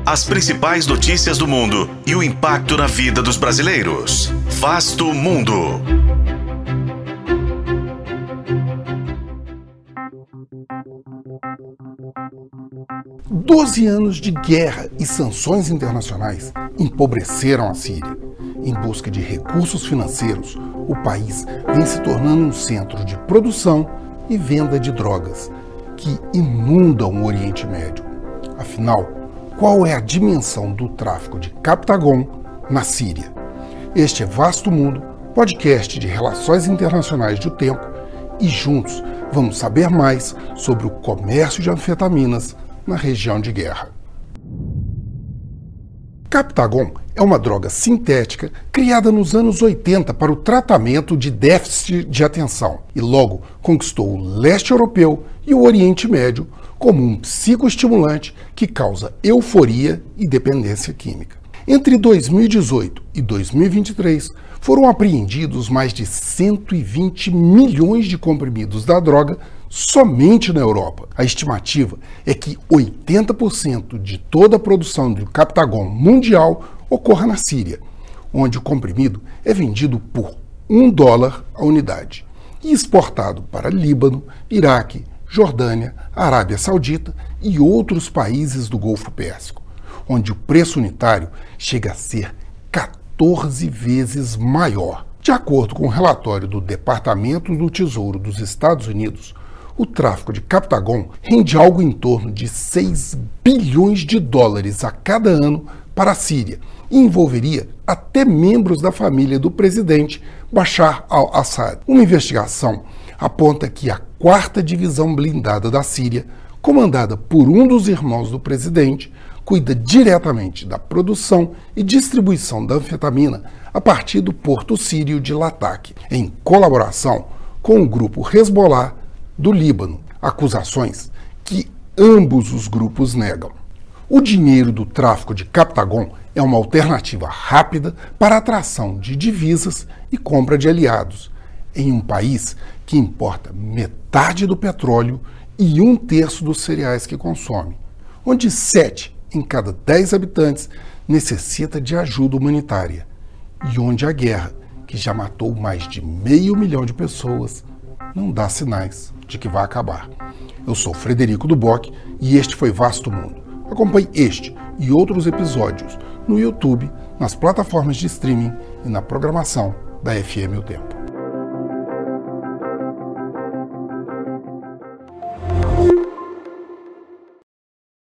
As principais notícias do mundo e o impacto na vida dos brasileiros. Vasto Mundo. Doze anos de guerra e sanções internacionais empobreceram a Síria. Em busca de recursos financeiros, o país vem se tornando um centro de produção e venda de drogas que inundam o Oriente Médio. Afinal, qual é a dimensão do tráfico de Captagon na Síria? Este é Vasto Mundo, podcast de relações internacionais do tempo, e juntos vamos saber mais sobre o comércio de anfetaminas na região de guerra. Captagon é uma droga sintética criada nos anos 80 para o tratamento de déficit de atenção e logo conquistou o leste europeu e o Oriente Médio como um psicoestimulante que causa euforia e dependência química. Entre 2018 e 2023, foram apreendidos mais de 120 milhões de comprimidos da droga somente na Europa. A estimativa é que 80% de toda a produção de Captagon mundial ocorra na Síria, onde o comprimido é vendido por $1 a unidade e exportado para Líbano, Iraque, Jordânia, Arábia Saudita e outros países do Golfo Pérsico, onde o preço unitário chega a ser 14 vezes maior. De acordo com o relatório do Departamento do Tesouro dos Estados Unidos, o tráfico de Captagon rende algo em torno de $6 bilhões a cada ano para a Síria e envolveria até membros da família do presidente Bashar al-Assad. Uma investigação aponta que a 4ª Divisão Blindada da Síria, comandada por um dos irmãos do presidente, cuida diretamente da produção e distribuição da anfetamina a partir do porto sírio de Latak, em colaboração com o grupo Hezbollah do Líbano, acusações que ambos os grupos negam. O dinheiro do tráfico de Captagon é uma alternativa rápida para a atração de divisas e compra de aliados, em um país que importa metade do petróleo e 1/3 dos cereais que consome, onde 7 em cada 10 habitantes necessita de ajuda humanitária, e onde a guerra, que já matou mais de 500 mil de pessoas, não dá sinais de que vai acabar. Eu sou Frederico Duboc e este foi Vasto Mundo. Acompanhe este e outros episódios no YouTube, nas plataformas de streaming e na programação da FM O Tempo.